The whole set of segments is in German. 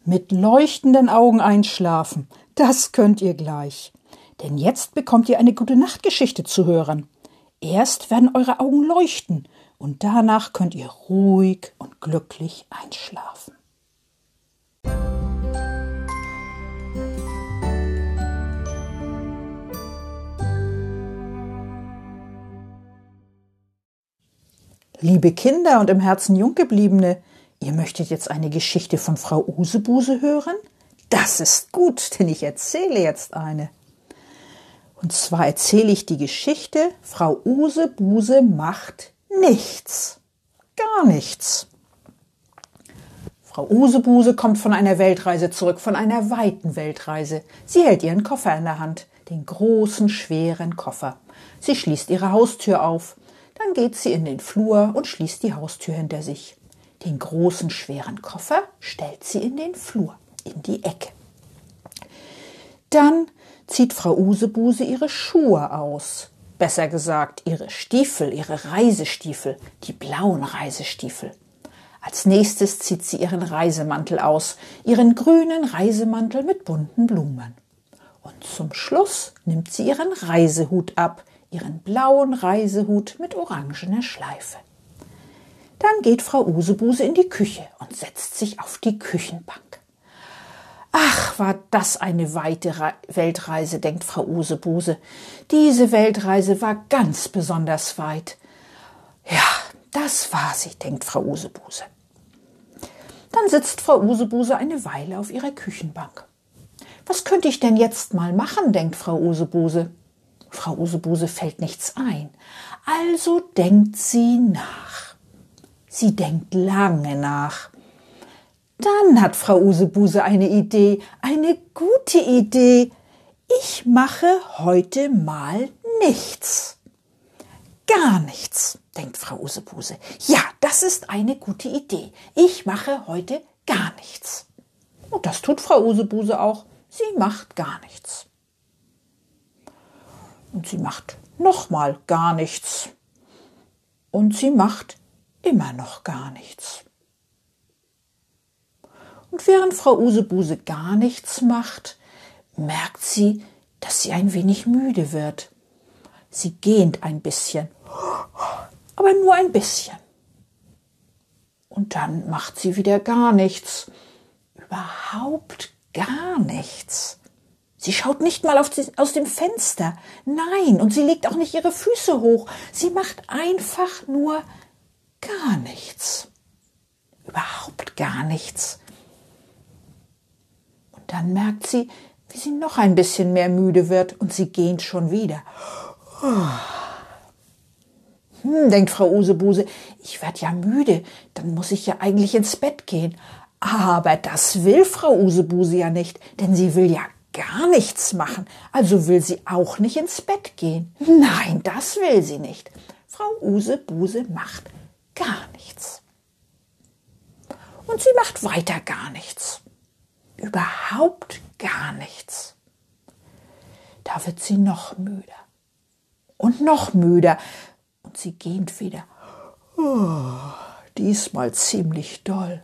Mit leuchtenden Augen einschlafen, das könnt ihr gleich. Denn jetzt bekommt ihr eine Gute-Nacht-Geschichte zu hören. Erst werden eure Augen leuchten und danach könnt ihr ruhig und glücklich einschlafen. Liebe Kinder und im Herzen Junggebliebene, ihr möchtet jetzt eine Geschichte von Frau Usebuse hören? Das ist gut, denn ich erzähle jetzt eine. Und zwar erzähle ich die Geschichte Frau Usebuse macht nichts. Gar nichts. Frau Usebuse kommt von einer Weltreise zurück, von einer weiten Weltreise. Sie hält ihren Koffer in der Hand, den großen, schweren Koffer. Sie schließt ihre Haustür auf. Dann geht sie in den Flur und schließt die Haustür hinter sich. Den großen, schweren Koffer stellt sie in den Flur, in die Ecke. Dann zieht Frau Usebuse ihre Schuhe aus. Besser gesagt, ihre Stiefel, ihre Reisestiefel, die blauen Reisestiefel. Als nächstes zieht sie ihren Reisemantel aus, ihren grünen Reisemantel mit bunten Blumen. Und zum Schluss nimmt sie ihren Reisehut ab, ihren blauen Reisehut mit orangener Schleife. Dann geht Frau Usebuse in die Küche und setzt sich auf die Küchenbank. Ach, war das eine weite Weltreise, denkt Frau Usebuse. Diese Weltreise war ganz besonders weit. Ja, das war sie, denkt Frau Usebuse. Dann sitzt Frau Usebuse eine Weile auf ihrer Küchenbank. Was könnte ich denn jetzt mal machen, denkt Frau Usebuse. Frau Usebuse fällt nichts ein. Also denkt sie nach. Sie denkt lange nach. Dann hat Frau Usebuse eine Idee, eine gute Idee. Ich mache heute mal nichts. Gar nichts, denkt Frau Usebuse. Ja, das ist eine gute Idee. Ich mache heute gar nichts. Und das tut Frau Usebuse auch. Sie macht gar nichts. Und sie macht nochmal gar nichts. Und sie macht immer noch gar nichts. Und während Frau Usebuse gar nichts macht, merkt sie, dass sie ein wenig müde wird. Sie gähnt ein bisschen, aber nur ein bisschen. Und dann macht sie wieder gar nichts. Überhaupt gar nichts. Sie schaut nicht mal aus dem Fenster. Nein, und sie legt auch nicht ihre Füße hoch. Sie macht einfach nur gar nichts. Überhaupt gar nichts. Und dann merkt sie, wie sie noch ein bisschen mehr müde wird und sie gähnt schon wieder. Denkt Frau Usebuse, ich werde ja müde, dann muss ich ja eigentlich ins Bett gehen. Aber das will Frau Usebuse ja nicht, denn sie will ja gar nichts machen, also will sie auch nicht ins Bett gehen. Nein, das will sie nicht. Frau Usebuse macht gar nichts. Und sie macht weiter gar nichts. Überhaupt gar nichts. Da wird sie noch müder und noch müder und sie gähnt wieder. Diesmal ziemlich doll.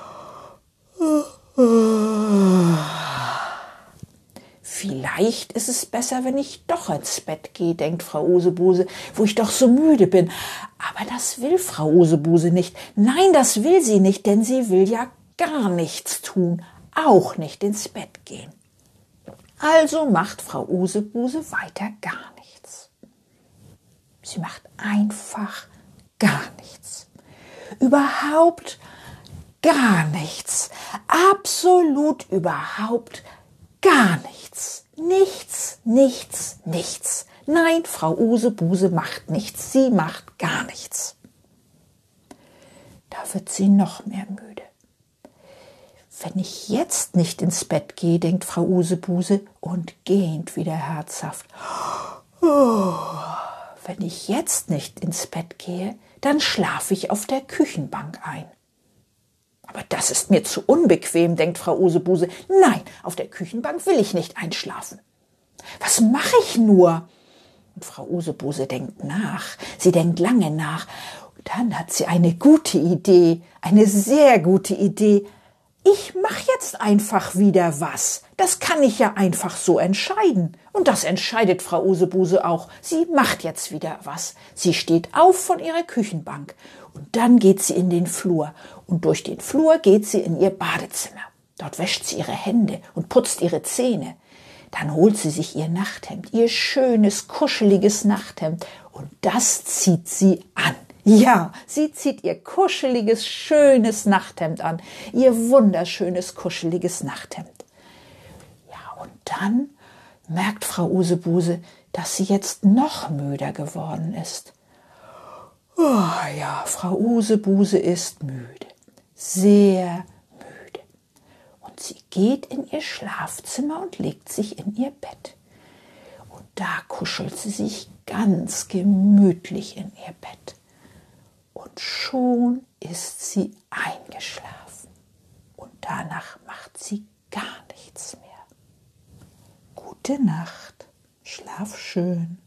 Vielleicht ist es besser, wenn ich doch ins Bett gehe, denkt Frau Usebuse, wo ich doch so müde bin. Aber das will Frau Usebuse nicht. Nein, das will sie nicht, denn sie will ja gar nichts tun, auch nicht ins Bett gehen. Also macht Frau Usebuse weiter gar nichts. Sie macht einfach gar nichts. Überhaupt gar nichts. Absolut überhaupt gar nichts. Nichts, nichts, nichts. Nein, Frau Usebuse macht nichts. Sie macht gar nichts. Da wird sie noch mehr müde. Wenn ich jetzt nicht ins Bett gehe, denkt Frau Usebuse und gähnt wieder herzhaft. Wenn ich jetzt nicht ins Bett gehe, dann schlafe ich auf der Küchenbank ein. Aber das ist mir zu unbequem, denkt Frau Usebuse. Nein, auf der Küchenbank will ich nicht einschlafen. Was mache ich nur? Und Frau Usebuse denkt nach. Sie denkt lange nach. Und dann hat sie eine gute Idee, eine sehr gute Idee. Ich mach jetzt einfach wieder was. Das kann ich ja einfach so entscheiden. Und das entscheidet Frau Usebuse auch. Sie macht jetzt wieder was. Sie steht auf von ihrer Küchenbank. Und dann geht sie in den Flur. Und durch den Flur geht sie in ihr Badezimmer. Dort wäscht sie ihre Hände und putzt ihre Zähne. Dann holt sie sich ihr Nachthemd, ihr schönes, kuscheliges Nachthemd. Und das zieht sie an. Ja, sie zieht ihr kuscheliges, schönes Nachthemd an. Ihr wunderschönes, kuscheliges Nachthemd. Ja, und dann merkt Frau Usebuse, dass sie jetzt noch müder geworden ist. Oh ja, Frau Usebuse ist müde. Sehr müde. Und sie geht in ihr Schlafzimmer und legt sich in ihr Bett. Und da kuschelt sie sich ganz gemütlich in ihr Bett. Und schon ist sie eingeschlafen. Und danach macht sie gar nichts mehr. Gute Nacht, schlaf schön.